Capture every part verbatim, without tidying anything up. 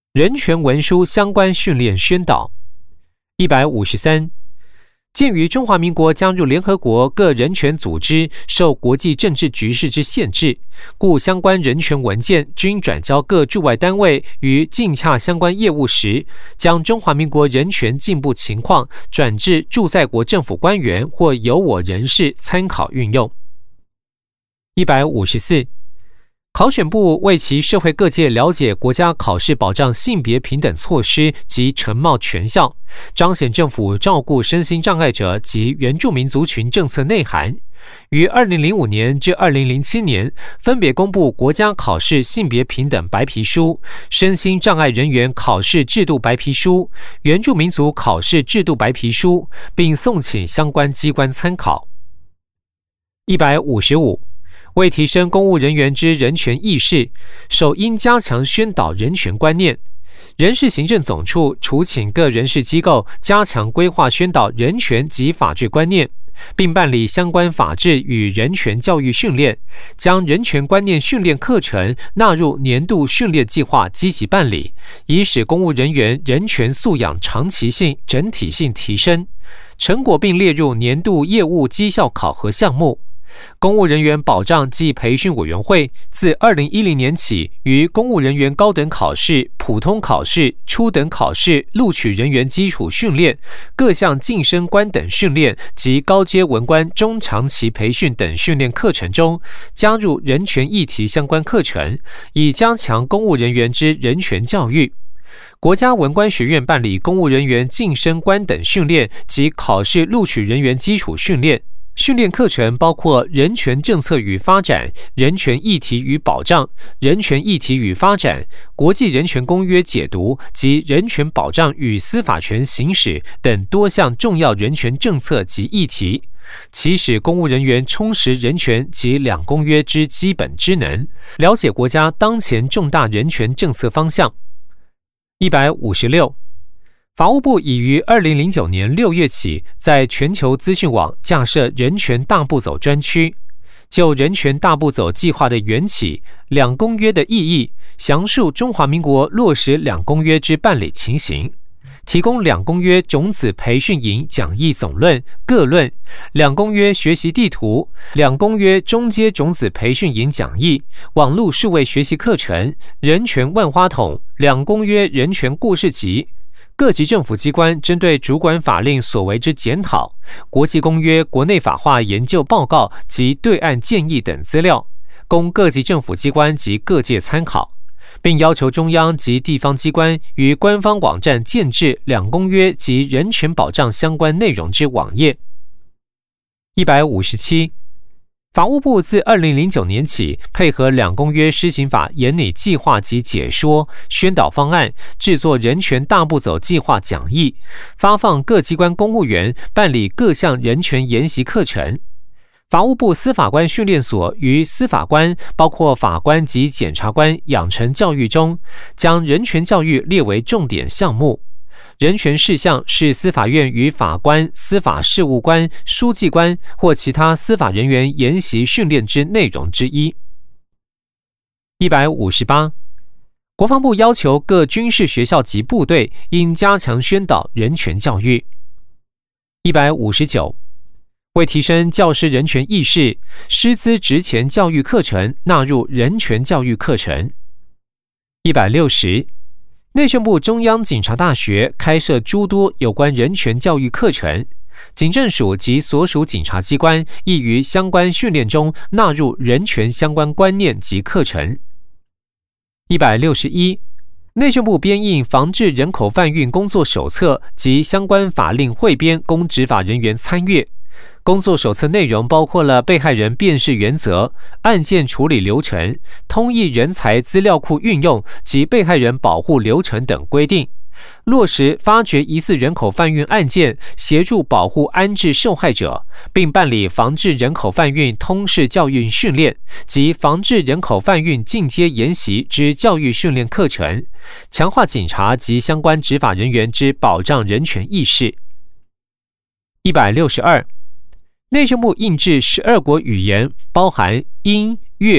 人权文书相关训练宣导。一百五十三，鉴于中华民国加入联合国各人权组织，受国际政治局势之限制，故相关人权文件均转交各驻外单位于尽洽相关业务时，将中华民国人权进步情况转至驻在国政府官员或有我人士参考运用。一百五十四，考选部为其社会各界了解国家考试保障性别平等措施及承茂全效，彰显政府照顾身心障碍者及原住民族群政策内涵，于二零零五年至二零零七年分别公布国家考试性别平等白皮书、身心障碍人员考试制度白皮书、原住民族考试制度白皮书，并送请相关机关参考。一百五十五，为提升公务人员之人权意识，首应加强宣导人权观念。人事行政总处除请各人事机构加强规划宣导人权及法治观念，并办理相关法治与人权教育训练，将人权观念训练课程纳入年度训练计划，积极办理，以使公务人员人权素养长期性、整体性提升，成果并列入年度业务绩效考核项目。公务人员保障暨培训委员会自二零一零年起，于公务人员高等考试、普通考试、初等考试录取人员基础训练、各项晋升官等训练及高阶文官中长期培训等训练课程中，加入人权议题相关课程，以加强公务人员之人权教育。国家文官学院办理公务人员晋升官等训练及考试录取人员基础训练。训练课程包括人权政策与发展、人权议题与保障、人权议题与发展、国际人权公约解读及人权保障与司法权行使等多项重要人权政策及议题，其使公务人员充实人权及两公约之基本知能，了解国家当前重大人权政策方向。一百五十六，法务部已于二零零九年六月起，在全球资讯网架设人权大步走专区，就人权大步走计划的缘起、两公约的意义，详述中华民国落实两公约之办理情形，提供两公约种子培训营讲义总论、各论、两公约学习地图、两公约中阶种子培训营讲义、网络数位学习课程、人权万花筒、两公约人权故事集。各级政府机关针对主管法令所为之检讨、国际公约国内法化研究报告及对岸建议等资料，供各级政府机关及各界参考，并要求中央及地方机关于官方网站建置两公约及人权保障相关内容之网页。一百五十七，法务部自二零零九年起，配合两公约施行法研拟计划及解说、宣导方案，制作人权大步走计划讲义，发放各机关公务员办理各项人权研习课程。法务部司法官训练所于司法官，包括法官及检察官养成教育中，将人权教育列为重点项目。人权事项是司法院与法官、司法事务官、书记官或其他司法人员研习训练之内容之一。一百五十八，国防部要求各军事学校及部队应加强宣导人权教育。一百五十九，为提升教师人权意识，师资职前教育课程纳入人权教育课程。一百六十，内政部中央警察大学开设诸多有关人权教育课程，警政署及所属警察机关亦于相关训练中纳入人权相关观念及课程。一百六十一，内政部编印防治人口贩运工作手册及相关法令汇编供执法人员参阅。工作手册内容包括了被害人辨识原则、案件处理流程、通译人才资料库运用及被害人保护流程等规定，落实发掘疑似人口贩运案件，协助保护安置受害者，并办理防治人口贩运通识教育训练及防治人口贩运进阶研习之教育训练课程，强化警察及相关执法人员之保障人权意识。一百六十二，内政部印制十二国语言，包含英、越、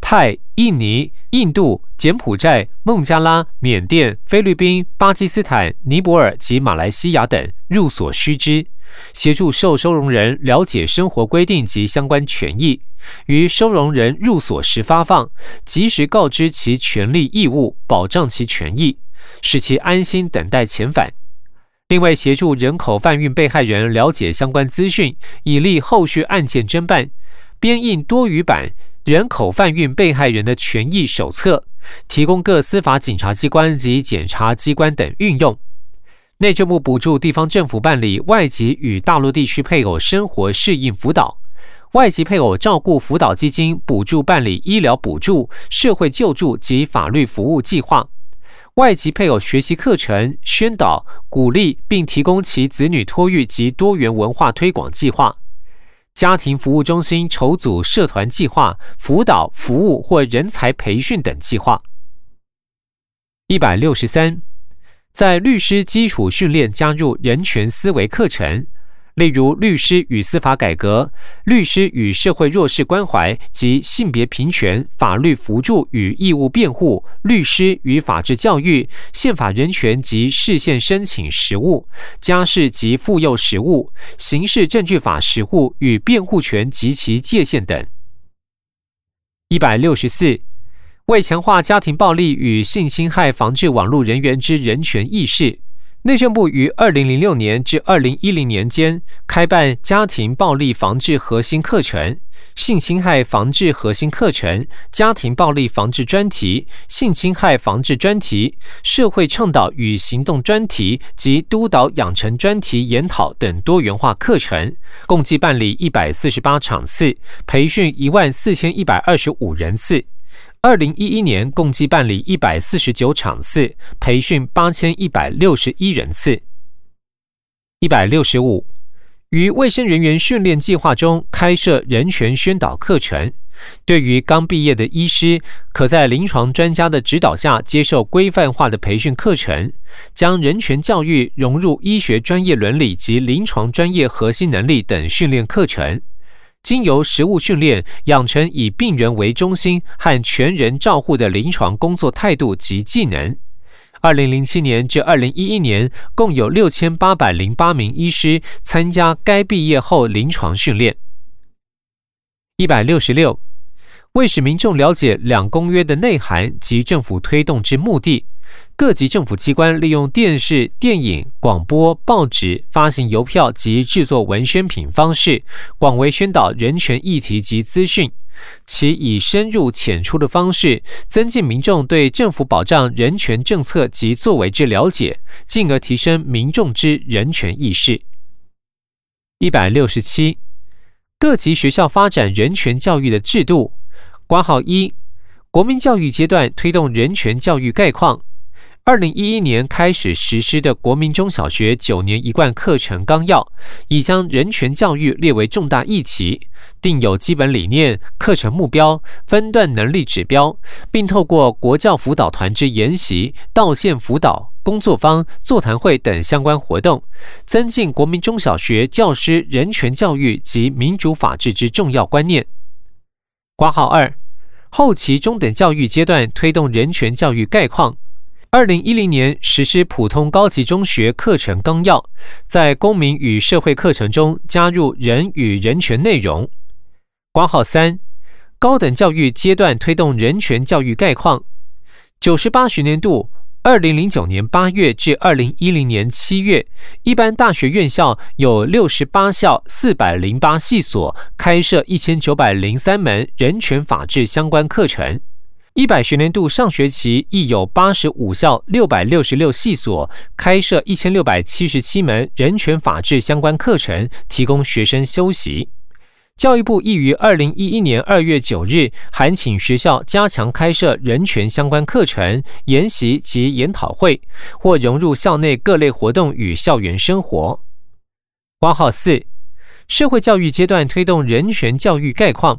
泰、印尼、印度、柬埔寨、孟加拉、缅甸、菲律宾、巴基斯坦、尼泊尔及马来西亚等入所须知，协助受收容人了解生活规定及相关权益，于收容人入所时发放，及时告知其权利义务，保障其权益，使其安心等待遣返。另外，协助人口贩运被害人了解相关资讯，以利后续案件侦办，编印多语版人口贩运被害人的权益手册，提供各司法警察机关及检察机关等运用。内政部补助地方政府办理外籍与大陆地区配偶生活适应辅导，外籍配偶照顾辅导基金补助办理医疗补助、社会救助及法律服务计划，外籍配偶学习课程宣导、鼓励并提供其子女托育及多元文化推广计划，家庭服务中心筹组社团计划、辅导、服务或人才培训等计划。一百六十三，在律师基础训练加入人权思维课程，例如律师与司法改革、律师与社会弱势关怀及性别平权、法律扶助与义务辩护、律师与法治教育、宪法人权及释宪申请实务、家事及妇幼实务、刑事证据法实务与辩护权及其界限等。一百六十四，为强化家庭暴力与性侵害防治网络人员之人权意识，内政部于二零零六年至二零一零年间开办家庭暴力防治核心课程、性侵害防治核心课程、家庭暴力防治专题、性侵害防治专题、社会倡导与行动专题及督导养成专题研讨等多元化课程，共计办理一百四十八场次，培训一万四千一百二十五人次。二零一一年共计办理一百四十九场次，培训八千一百六十一人次。一百六十五，于卫生人员训练计划中开设人权宣导课程，对于刚毕业的医师，可在临床专家的指导下接受规范化的培训课程，将人权教育融入医学专业伦理及临床专业核心能力等训练课程。经由实务训练，养成以病人为中心和全人照护的临床工作态度及技能。二零零七年至二零一一年，共有六千八百零八名医师参加该毕业后临床训练。一百六十六，为使民众了解两公约的内涵及政府推动之目的，各级政府机关利用电视、电影、广播、报纸、发行邮票及制作文宣品方式，广为宣导人权议题及资讯，其以深入浅出的方式，增进民众对政府保障人权政策及作为之了解，进而提升民众之人权意识。一百六十七，各级学校发展人权教育的制度。括号一，国民教育阶段推动人权教育概况。二零一一年开始实施的国民中小学九年一贯课程纲要，已将人权教育列为重大议题，定有基本理念、课程目标、分段能力指标，并透过国教辅导团之研习、到线辅导、工作坊、座谈会等相关活动，增进国民中小学教师人权教育及民主法治之重要观念。括号二，后期中等教育阶段推动人权教育概况。二零一零年实施普通高级中学课程纲要，在公民与社会课程中加入人与人权内容。括号三，高等教育阶段推动人权教育概况。九十八学年度二零零九年八月至二零一零年七月，一般大学院校有六十八校四百零八系所开设一千九百零三门人权法治相关课程。一百学年度上学期亦有八十五校六百六十六系所开设一千六百七十七门人权法治相关课程，提供学生修习。教育部亦于二零一一年二月九日函请学校加强开设人权相关课程、研习及研讨会，或融入校内各类活动与校园生活。括号四，社会教育阶段推动人权教育概况。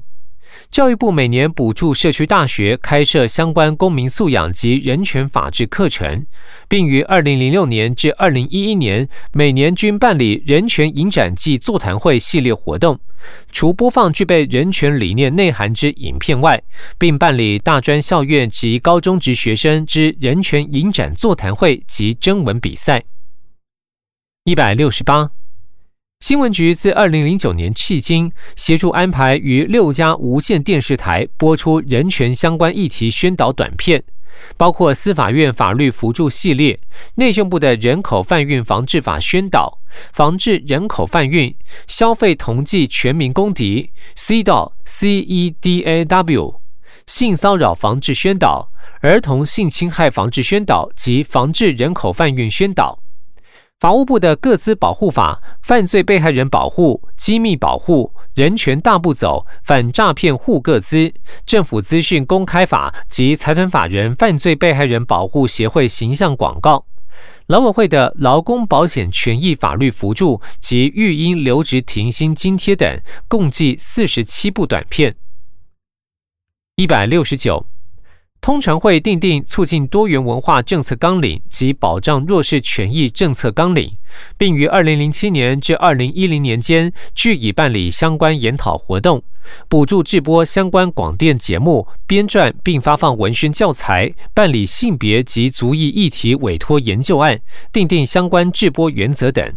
教育部每年补助社区大学开设相关公民素养及人权法治课程，并于二零零六年至二零一一年每年均办理人权影展暨座谈会系列活动。除播放具备人权理念内涵之影片外，并办理大专校院及高中职学生之人权影展座谈会及征文比赛。一百六十八，新闻局自二零零九年迄今，协助安排于六家无线电视台播出人权相关议题宣导短片，包括司法院法律扶助系列、内政部的人口贩运防治法宣导、防治人口贩运、消费统计全民公敌 C D A W C E D A W、性骚扰防治宣导、儿童性侵害防治宣导及防治人口贩运宣导。法务部的个资保护法、犯罪被害人保护、机密保护、人权大步走、反诈骗护个资、政府资讯公开法及财团法人犯罪被害人保护协会形象广告。劳委会的劳工保险权益法律扶助及育婴留职停薪津贴等，共计四十七部短片。一百六十九。通常会订定促进多元文化政策纲领及保障弱势权益政策纲领，并于二零零七年至二零一零年间据以办理相关研讨活动，补助制播相关广电节目，编撰并发放文宣教材，办理性别及族裔议题委托研究案，订定相关制播原则等。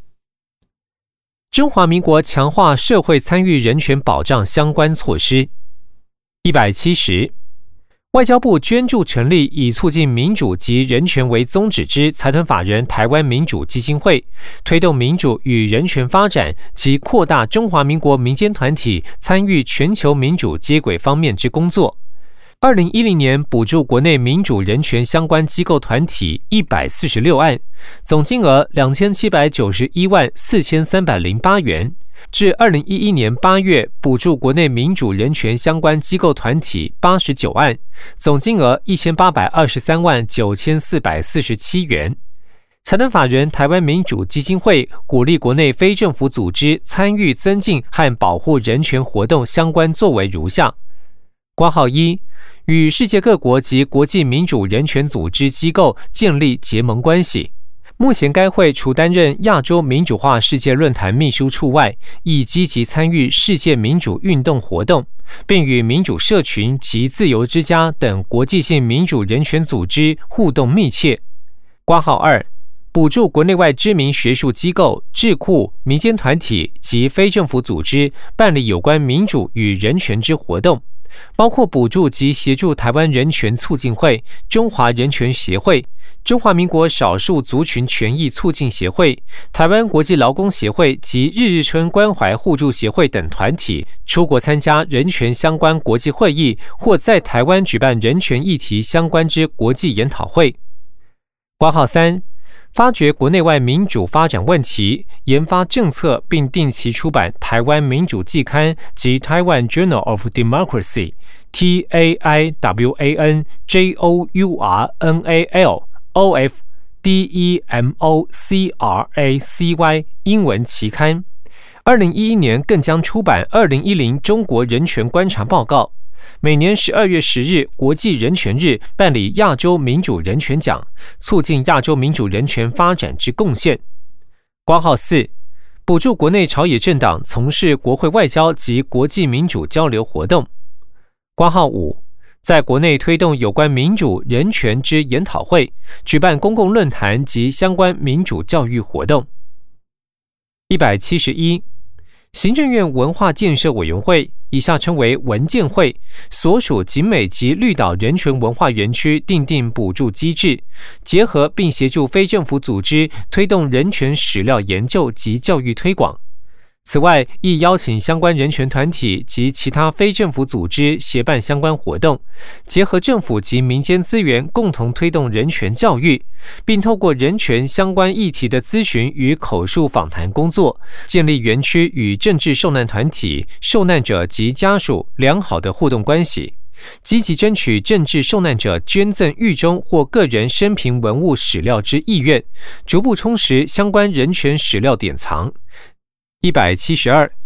中华民国强化社会参与人权保障相关措施。一百七十。外交部捐助成立以促进民主及人权为宗旨之财团法人台湾民主基金会，推动民主与人权发展及扩大中华民国民间团体参与全球民主接轨方面之工作。二零一零年补助国内民主人权相关机构团体一百四十六案，总金额两千七百九十一万四千三百零八元。至二零一一年八月，补助国内民主人权相关机构团体八十九案，总金额一千八百二十三万九千四百四十七元。财团法人台湾民主基金会鼓励国内非政府组织参与增进和保护人权活动相关作为如下：括号一，与世界各国及国际民主人权组织机构建立结盟关系。目前该会除担任亚洲民主化世界论坛秘书处外，亦积极参与世界民主运动活动，并与民主社群及自由之家等国际性民主人权组织互动密切。括号二，补助国内外知名学术机构、智库、民间团体及非政府组织办理有关民主与人权之活动，包括补助及协助台湾人权促进会、中华人权协会、中华民国少数族群权益促进协会、台湾国际劳工协会及日日春关怀互助协会等团体出国参加人权相关国际会议，或在台湾举办人权议题相关之国际研讨会。括号三，发掘国内外民主发展问题，研发政策，并定期出版台湾民主季刊及 Taiwan Journal of Democracy T A I W A N J O U R N A L O F D E M O C R A C Y 英文期刊。二零一一年更将出版二零一零中国人权观察报告。每年十二月十日国际人权日办理亚洲民主人权奖，促进亚洲民主人权发展之贡献。括号四，补助国内朝野政党从事国会外交及国际民主交流活动。括号五，在国内推动有关民主人权之研讨会，举办公共论坛及相关民主教育活动。一百七十一，行政院文化建设委员会以下称为文建会，所属景美及绿岛人权文化园区订定补助机制，结合并协助非政府组织推动人权史料研究及教育推广。此外，亦邀请相关人权团体及其他非政府组织协办相关活动，结合政府及民间资源，共同推动人权教育，并透过人权相关议题的咨询与口述访谈工作，建立园区与政治受难团体、受难者及家属良好的互动关系，积极争取政治受难者捐赠狱中或个人生平文物史料之意愿，逐步充实相关人权史料典藏。一百七十二，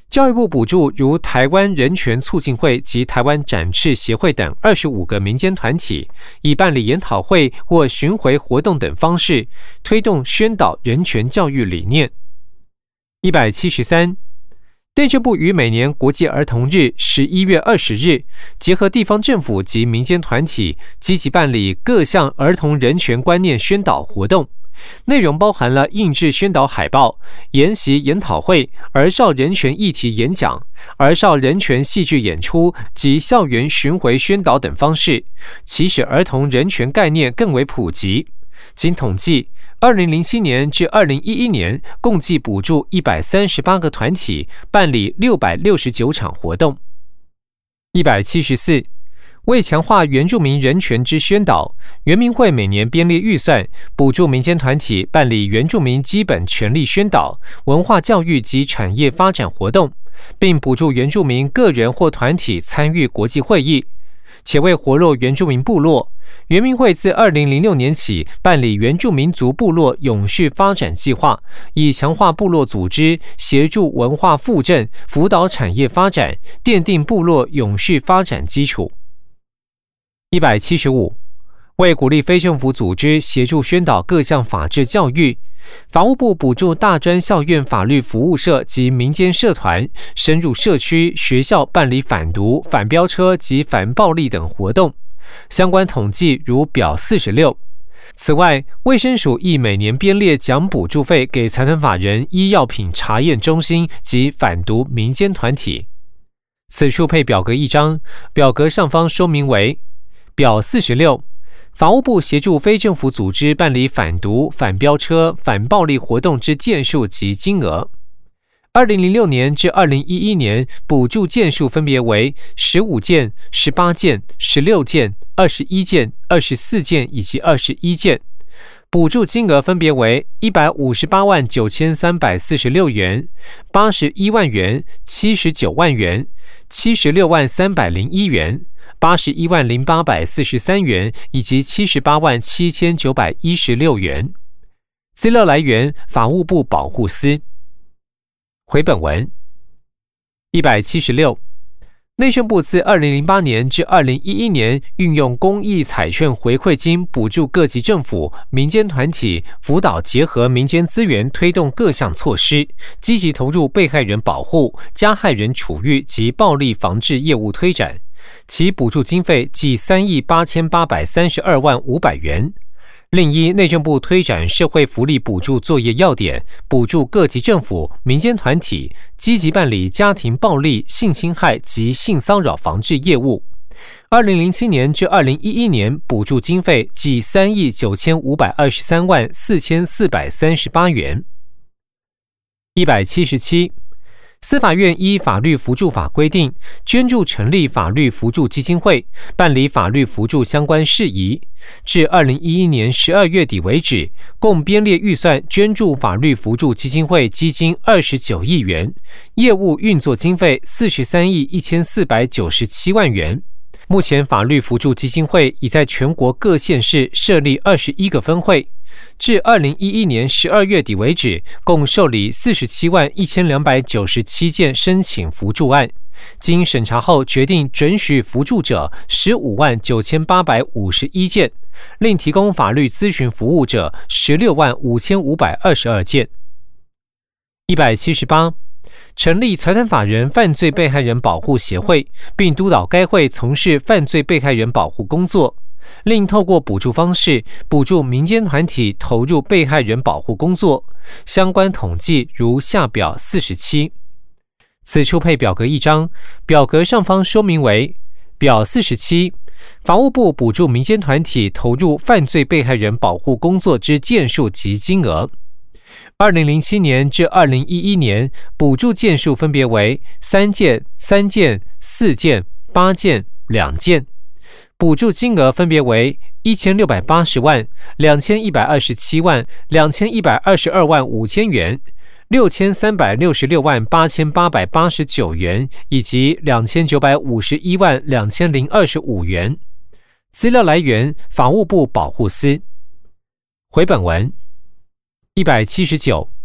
教育部补助如台湾人权促进会及台湾展翅协会等二十五个民间团体，以办理研讨会或巡回活动等方式，推动宣导人权教育理念。一百七十三，内政部于每年国际儿童日十一月二十日，结合地方政府及民间团体，积极办理各项儿童人权观念宣导活动。内容包含了印制宣导海报、研习研讨会、儿少人权议题演讲、儿少人权戏剧演出及校园巡回宣导等方式，期使儿童人权概念更为普及。经统计，二零零七年至二零一一年，共计补助一百三十八个团体，办理六百六十九场活动。一百七十四。为强化原住民人权之宣导，原民会每年编列预算，补助民间团体办理原住民基本权利宣导、文化教育及产业发展活动，并补助原住民个人或团体参与国际会议。且为活络原住民部落，原民会自二零零六年起办理原住民族部落永续发展计划，以强化部落组织，协助文化复振，辅导产业发展，奠定部落永续发展基础。一百七十五，为鼓励非政府组织协助宣导各项法治教育，法务部补助大专校院法律服务社及民间社团深入社区、学校办理反毒、反飙车及反暴力等活动，相关统计如表四十六。此外，卫生署亦每年编列奖补助费给财团法人医药品查验中心及反毒民间团体。此处配表格一张，表格上方说明为表四十六，法务部协助非政府组织办理反毒、反飙车、反暴力活动之件数及金额。二零零六年至二零一一年，补助件数分别为十五件、十八件、十六件、二十一件、二十四件以及二十一件。补助金额分别为一百五十八万九千三百四十六元、八十一万元、七十九万元、七十六万三百零一元。八十一万零八百四十三元以及七十八万七千九百一十六元。资料来源：法务部保护司。回本文一百七十六，内政部自二零零八年至二零一一年，运用公益彩券回馈金补助各级政府、民间团体，辅导结合民间资源，推动各项措施，积极投入被害人保护、加害人处遇及暴力防治业务推展。其补助经费计三亿八千八百三十二万五百元。另依内政部推展社会福利补助作业要点，补助各级政府、民间团体积极办理家庭暴力、性侵害及性骚扰防治业务。二零零七年至二零一一年，补助经费计三亿九千五百二十三万四千四百三十八元。一百七十七。司法院依法律扶助法规定，捐助成立法律扶助基金会，办理法律扶助相关事宜。至二零一一年十二月底为止，共编列预算捐助法律扶助基金会基金二十九亿元，业务运作经费四十三亿一千四百九十七万元。目前法律扶助基金会已在全国各县市设立二十一个分会。至二零一一年十二月底为止，共受理四十七万一千两百九十七件申请扶助案，经审查后决定准许扶助者十五万九千八百五十一件，另提供法律咨询服务者十六万五千五百二十二件。一百七十八。成立财团法人犯罪被害人保护协会，并督导该会从事犯罪被害人保护工作。另透过补助方式，补助民间团体投入被害人保护工作，相关统计如下表四十七。此处配表格一张，表格上方说明为表四十七，法务部补助民间团体投入犯罪被害人保护工作之件数及金额。二零零七年至二零一一年，补助件数分别为三件、三件、四件、八件、两件。补助金额分别为一千六百八十万、两千一百二十七万、两千一百二十二万五千元、六千三百六十六万八千八百八十九元以及两千九百五十一万两千零二十五元。资料来源：法务部保护司。回本文一百七十九。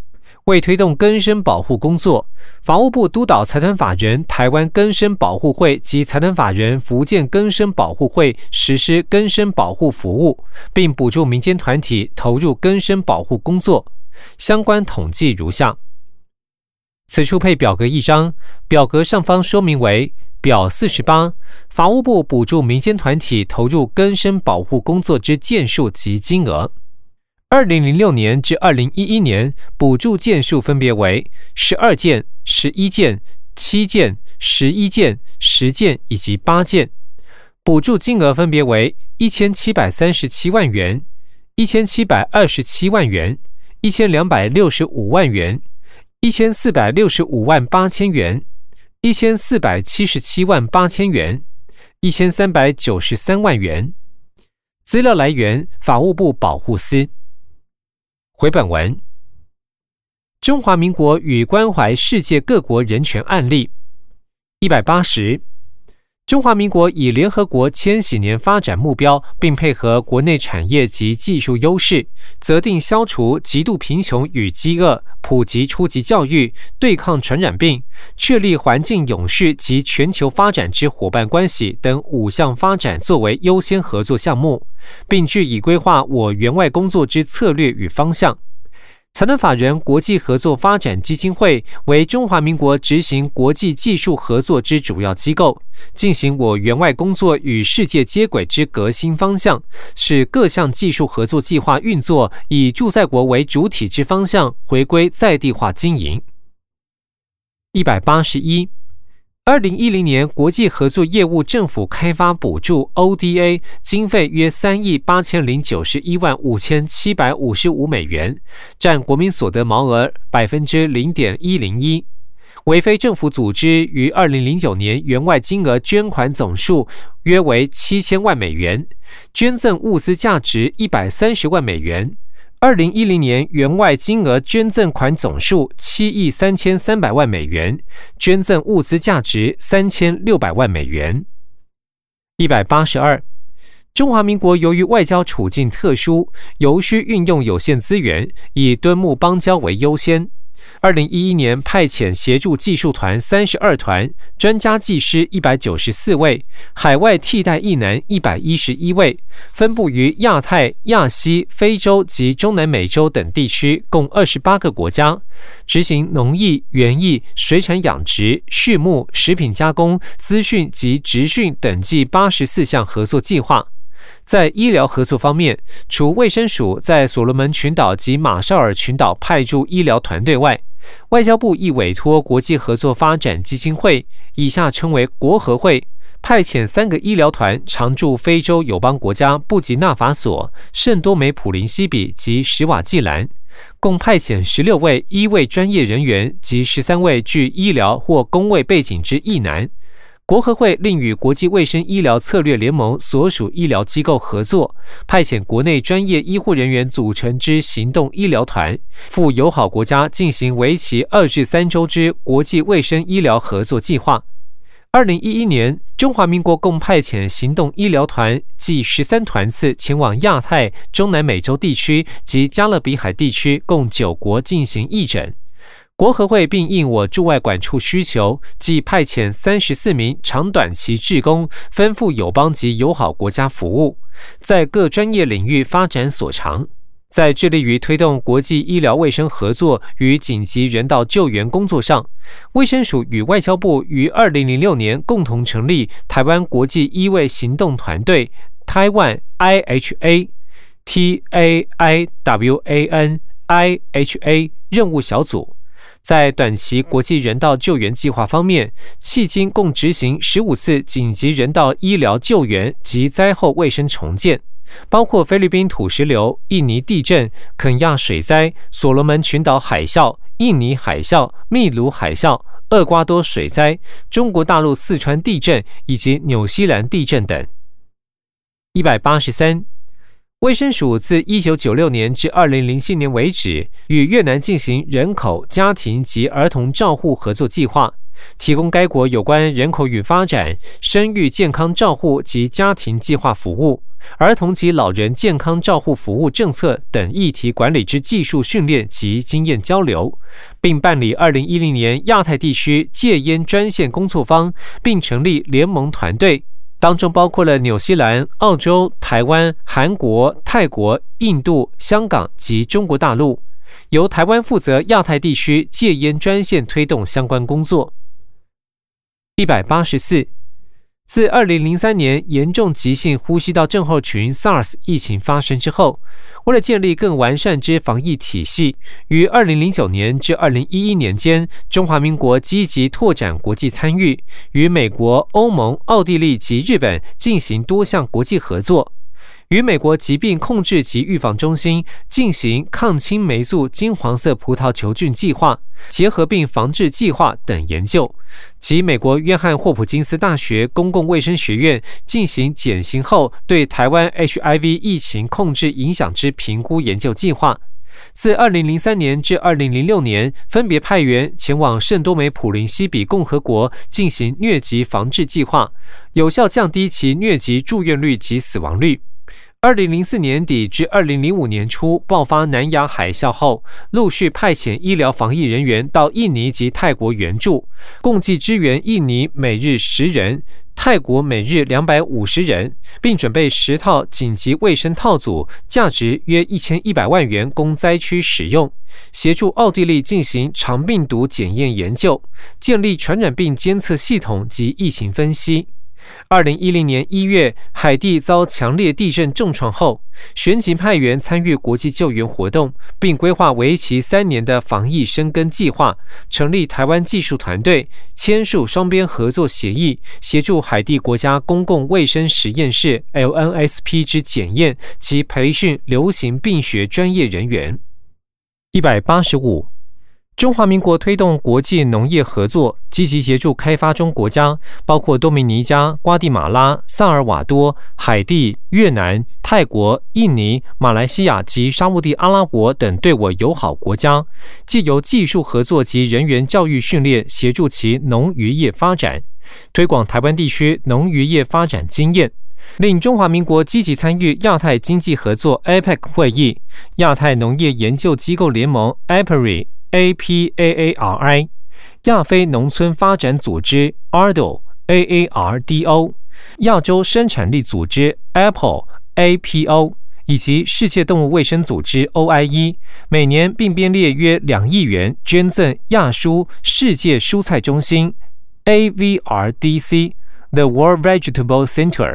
为推动更生保护工作，法务部督导财团法人台湾更生保护会及财团法人福建更生保护会实施更生保护服务，并补助民间团体投入更生保护工作。相关统计如下。此处配表格一张，表格上方说明为表四十八，法务部补助民间团体投入更生保护工作之件数及金额。二零零六年至二零一一年，补助件数分别为十二件、十一件、七件、十一件、十件以及八件。补助金额分别为一千七百三十七万元、一千七百二十七万元、一千两百六十五万元、一千四百六十五万八千元、一千四百七十七万八千元、一千三百九十三万元。资料来源：法务部保护司。回本文：中华民国与关怀世界各国人权案例。一百八十，中华民国以联合国千禧年发展目标，并配合国内产业及技术优势，择定消除极度贫穷与饥饿、普及初级教育、对抗传染病、确立环境永续及全球发展之伙伴关系等五项发展作为优先合作项目，并据以规划我援外工作之策略与方向。财团法人国际合作发展基金会为中华民国执行国际技术合作之主要机构，进行我援外工作与世界接轨之革新方向，使各项技术合作计划运作以驻在国为主体之方向回归在地化经营。一百八十一，二零一零年国际合作业务政府开发补助 O D A 经费约三亿八千零九十一万五千七百五十五美元，占国民所得毛额百分之零点一零一。为非政府组织于二零零九年援外金额捐款总数约为七千万美元，捐赠物资价值一百三十万美元。二零一零年援外金额捐赠款总数七亿三千三百万美元，捐赠物资价值三千六百万美元。一百八十二，中华民国由于外交处境特殊，尤需运用有限资源，以敦睦邦交为优先。二零一一年派遣协助技术团三十二团，专家技师一百九十四位，海外替代役男一百一十一位，分布于亚太、亚西、非洲及中南美洲等地区，共二十八个国家，执行农艺、园艺、水产养殖、畜牧、食品加工、资讯及职训等计八十四项合作计划。在医疗合作方面，除卫生署在所罗门群岛及马绍尔群岛派驻医疗团队外，外交部亦委托国际合作发展基金会（以下称为国合会）派遣三个医疗团常驻非洲友邦国家布吉纳法索、圣多美普林西比及史瓦济兰，共派遣十六位医卫专业人员及十三位具医疗或公卫背景之役男。国合会另与国际卫生医疗策略联盟所属医疗机构合作，派遣国内专业医护人员组成之行动医疗团，赴友好国家进行为期二至三周之国际卫生医疗合作计划。二零一一年，中华民国共派遣行动医疗团计十三团次前往亚太、中南美洲地区及加勒比海地区共九国进行义诊。国合会并应我驻外管处需求，即派遣三十四名长短期志工，分赴友邦及友好国家服务，在各专业领域发展所长。在致力于推动国际医疗卫生合作与紧急人道救援工作上，卫生署与外交部于二零零六年共同成立台湾国际医卫行动团队 Taiwan I H A T A I W A N I H A 任务小组。在短期国际人道救援计划方面，迄今共执行十五次紧急人道医疗救援及灾后卫生重建，包括菲律宾土石流、印尼地震、肯亚水灾、所罗门群岛海啸、印尼海啸、秘鲁海啸、厄瓜多水灾、中国大陆四川地震以及纽西兰地震等。一百八十三，卫生署自一九九六年至二零零七年为止，与越南进行人口、家庭及儿童照护合作计划，提供该国有关人口与发展、生育健康照护及家庭计划服务， 儿童及老人健康照护服务政策等议题管理之技术训练及经验交流，并办理二零一零年亚太地区戒烟专线工作坊，并成立联盟团队，当中包括了纽西兰、澳洲、台湾、韩国、泰国、印度、香港及中国大陆，由台湾负责亚太地区戒烟专线推动相关工作。一百八十四，自二零零三年严重急性呼吸道症候群 SARS 疫情发生之后，为了建立更完善之防疫体系，于二零零九年至二零一一年间，中华民国积极拓展国际参与，与美国、欧盟、奥地利及日本进行多项国际合作，与美国疾病控制及预防中心进行抗青霉素金黄色葡萄球菌计划、结核病防治计划等研究，及美国约翰霍普金斯大学公共卫生学院进行减刑后对台湾 H I V 疫情控制影响之评估研究计划。自二零零三年至二零零六年，分别派员前往圣多美普林西比共和国进行疟疾防治计划，有效降低其疟疾住院率及死亡率。二零零四年底至二零零五年初爆发南亚海啸后，陆续派遣医疗防疫人员到印尼及泰国援助，共计支援印尼每日十人，泰国每日两百五十人，并准备十套紧急卫生套组，价值约一千一百万元供灾区使用，协助奥地利进行肠病毒检验研究，建立传染病监测系统及疫情分析。二零一零年一月，海地遭强烈地震重创后，旋即派员参与国际救援活动，并规划为期三年的防疫深耕计划，成立台湾技术团队，签署双边合作协议，协助海地国家公共卫生实验室 L N S P 之检验及培训流行病学专业人员。一百八十五，中华民国推动国际农业合作，积极协助开发中国家，包括多米尼加、瓜地马拉、萨尔瓦多、海地、越南、泰国、印尼、马来西亚及沙烏地阿拉伯等对我友好国家，藉由技术合作及人员教育训练，协助其农渔业发展，推广台湾地区农渔业发展经验，令中华民国积极参与亚太经济合作 A P E C 会议、亚太农业研究机构联盟 A P R I、A P A A R I、亚非农村发展组织 A R D O、A A R D O、亚洲生产力组织 Apple、A P O 以及世界动物卫生组织 O I E， 每年并编列约两亿元捐赠亚蔬世界蔬菜中心 A V R D C、The World Vegetable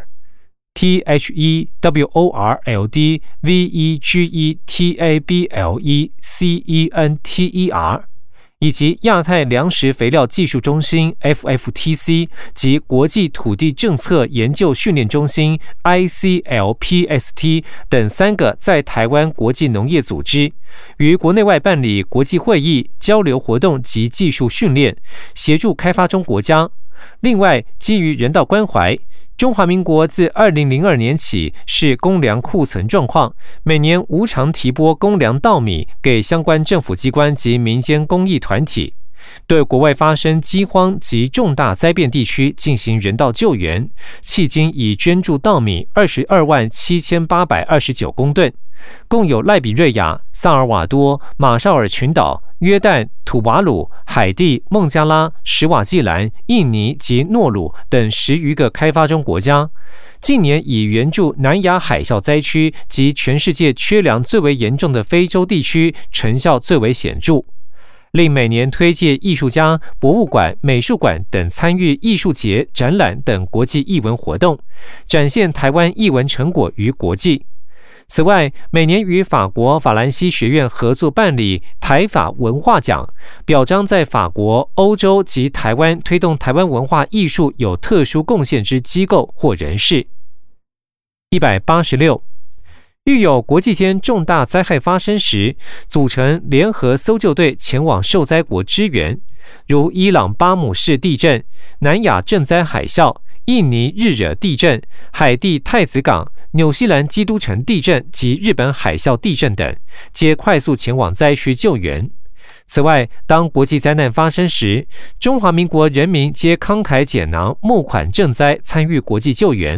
Center。T H E W O R L D V E G E T A B L E C E N T E R， 以及亚太粮食肥料技术中心 F F T C 及国际土地政策研究训练中心 I C L P S T 等三个在台湾国际农业组织，于国内外办理国际会议、交流活动及技术训练，协助开发中国家。另外，基于人道关怀，中华民国自二零零二年起视公粮库存状况，每年无偿提拨公粮稻米给相关政府机关及民间公益团体，对国外发生饥荒及重大灾变地区进行人道救援，迄今已捐助稻米二十二万七千八百二十九公吨，共有赖比瑞亚、萨尔瓦多、马绍尔群岛、约旦、土瓦鲁、海地、孟加拉、史瓦济兰、印尼及诺鲁等十余个开发中国家，近年以援助南亚海啸灾区及全世界缺粮最为严重的非洲地区成效最为显著，另每年推介艺术家、博物馆、美术馆等参与艺术节、展览等国际艺文活动，展现台湾艺文成果于国际。此外，每年与法国法兰西学院合作办理台法文化奖，表彰在法国、欧洲及台湾推动台湾文化艺术有特殊贡献之机构或人士。一百八十六，遇有国际间重大灾害发生时，组成联合搜救队前往受灾国支援，如伊朗巴姆市地震、南亚震灾海啸、印尼日惹地震、海地太子港、纽西兰基督城地震及日本海啸地震等，皆快速前往灾区救援。此外，当国际灾难发生时，中华民国人民皆慷慨解囊募款赈灾，参与国际救援。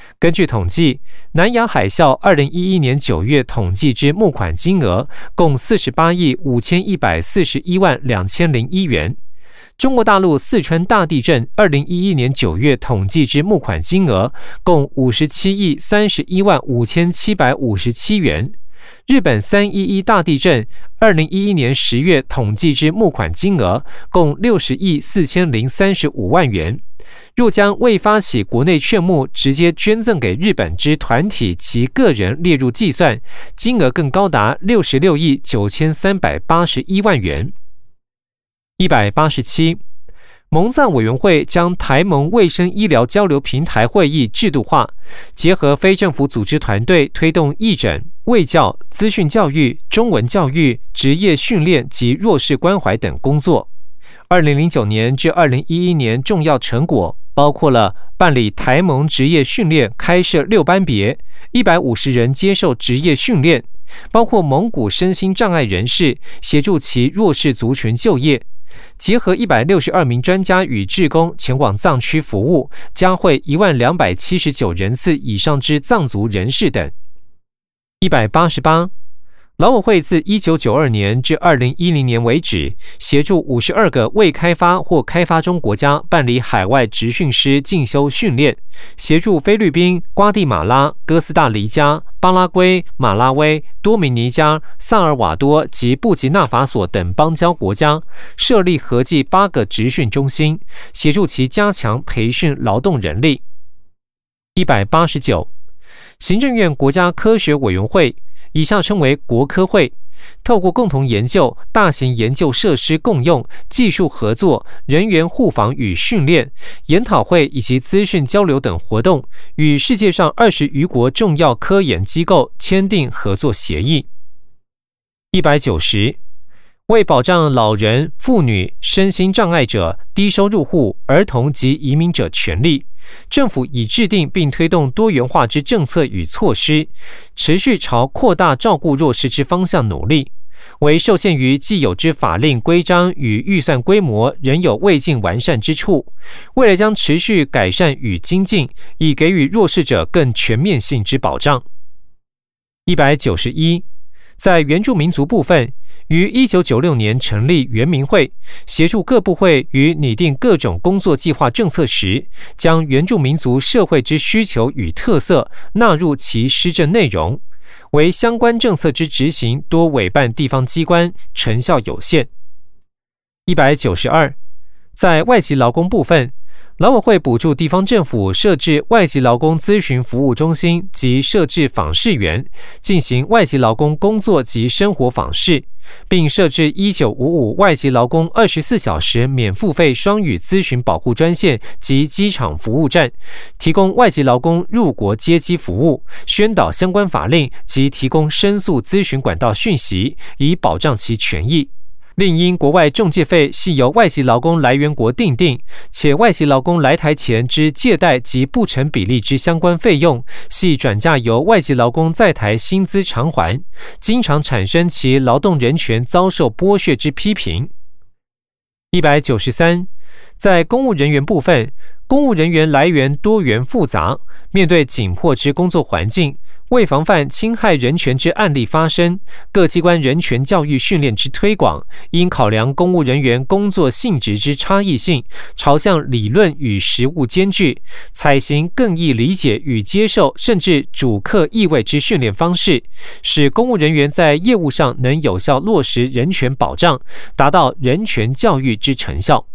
根据统计，南亚海啸二零一一年九月统计之募款金额共四十八亿五千一百四十一万两千零一元。中国大陆四川大地震二零一一年九月统计之募款金额共五十七亿三十一万五千七百五十七元。日本三一一大地震二零一一年十月统计之募款金额共六十亿四千零三十五万元。若将未发起国内劝募直接捐赠给日本之团体及个人列入计算，金额更高达六十六亿九千三百八十一万元。一百八十七，蒙藏委员会将台蒙卫生医疗交流平台会议制度化，结合非政府组织团队推动义诊、卫教、资讯教育、中文教育、职业训练及弱势关怀等工作。二零零九年至二零一一年重要成果包括了办理台蒙职业训练，开设六班别，一百五十人接受职业训练，包括蒙古身心障碍人士，协助其弱势族群就业。结合一百六十二名专家与志工前往藏区服务，加惠一万两百七十九人次以上之藏族人士等。一百八十八，劳委会自一九九二年至二零一零年为止，协助五十二个未开发或开发中国家办理海外职训师进修训练，协助菲律宾、瓜地马拉、哥斯达黎加、巴拉圭、马拉维、多米尼加、萨尔瓦多及布吉纳法索等邦交国家设立合计八个职训中心，协助其加强培训劳动人力。一百八十九，行政院国家科学委员会以下称为国科会，透过共同研究、大型研究设施共用、技术合作、人员互访与训练、研讨会以及资讯交流等活动，与世界上二十余国重要科研机构签订合作协议。一百九十，为保障老人、妇女、身心障碍者、低收入户、儿童及移民者权利，政府已制定并推动多元化之政策与措施，持续朝扩大照顾弱势之方向努力。为受限于既有之法令规章与预算规模仍有未尽完善之处，未来将持续改善与精进，以给予弱势者更全面性之保障。一百九十一，在原住民族部分，于一九九六年成立原民会，协助各部会于拟定各种工作计划政策时，将原住民族社会之需求与特色纳入其施政内容，为相关政策之执行多委办地方机关，成效有限。一百九十二，在外籍劳工部分，劳委会补助地方政府设置外籍劳工咨询服务中心及设置访视员，进行外籍劳工工作及生活访视，并设置一九五五外籍劳工二十四小时免付费双语咨询保护专线及机场服务站，提供外籍劳工入国接机服务，宣导相关法令及提供申诉咨询管道讯息，以保障其权益。另因国外仲介费系由外籍劳工来源国订定，且外籍劳工来台前之借贷及不成比例之相关费用，系转嫁由外籍劳工在台薪资偿还，经常产生其劳动人权遭受剥削之批评。一百九十三，在公务人员部分，公务人员来源多元复杂，面对紧迫之工作环境，为防范侵害人权之案例发生，各机关人权教育训练之推广，应考量公务人员工作性质之差异性，朝向理论与实务兼具，采行更易理解与接受甚至主客意味之训练方式，使公务人员在业务上能有效落实人权保障，达到人权教育之成效。